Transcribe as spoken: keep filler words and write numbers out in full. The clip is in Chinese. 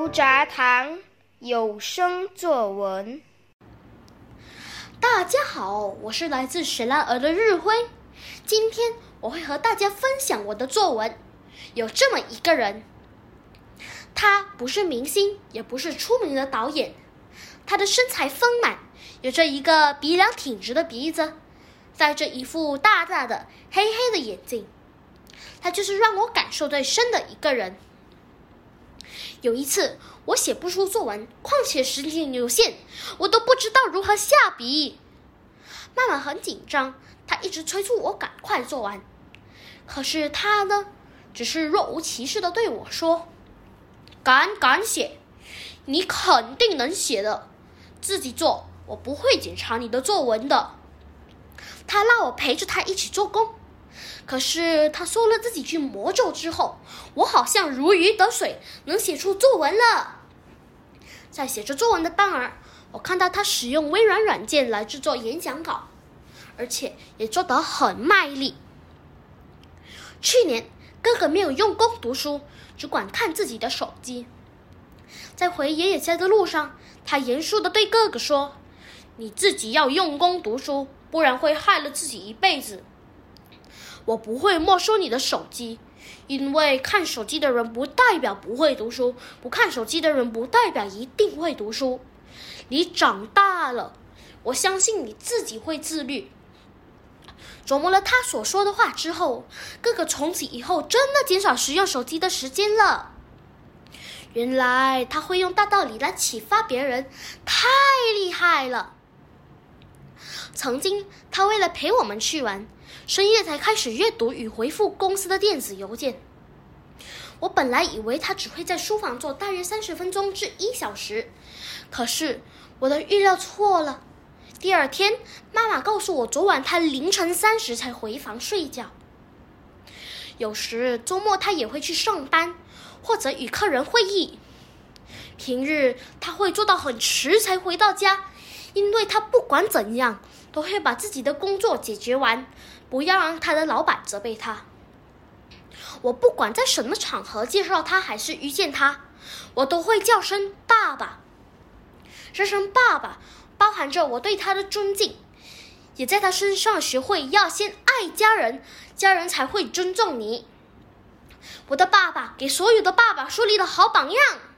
书杂谈有声作文。 大家好，我是来自雪兰莪的日辉。今天我会和大家分享我的作文。有这么一个人，他不是明星，也不是出名的导演，他的身材丰满，有着一个鼻梁挺直的鼻子，戴着一副大大的黑黑的眼镜。他就是让我感受最深的一个人。有一次我写不出作文，况且时间有限，我都不知道如何下笔。妈妈很紧张，她一直催促我赶快做完。可是她呢，只是若无其事地对我说：“敢敢写，你肯定能写的，自己做，我不会检查你的作文的。”她让我陪着她一起做工。可是他说了这几句魔咒之后，我好像如鱼得水，能写出作文了。在写着作文的当儿，我看到他使用微软软件来制作演讲稿，而且也做得很卖力。去年哥哥没有用功读书，只管看自己的手机。在回爷爷家的路上，他严肃地对哥哥说：“你自己要用功读书，不然会害了自己一辈子。我不会没收你的手机，因为看手机的人不代表不会读书，不看手机的人不代表一定会读书。你长大了，我相信你自己会自律。”琢磨了他所说的话之后，哥哥从此以后真的减少使用手机的时间了。原来他会用大道理来启发别人，太厉害了。曾经他为了陪我们去玩，深夜才开始阅读与回复公司的电子邮件。我本来以为他只会在书房坐大约三十分钟至一小时，可是我的预料错了。第二天，妈妈告诉我，昨晚他凌晨三时才回房睡觉。有时周末他也会去上班，或者与客人会议。平日他会做到很迟才回到家，因为他不管怎样都会把自己的工作解决完，不要让他的老板责备他。我不管在什么场合介绍他还是遇见他，我都会叫声爸爸。这声爸爸包含着我对他的尊敬，也在他身上学会要先爱家人，家人才会尊重你。我的爸爸给所有的爸爸树立了好榜样。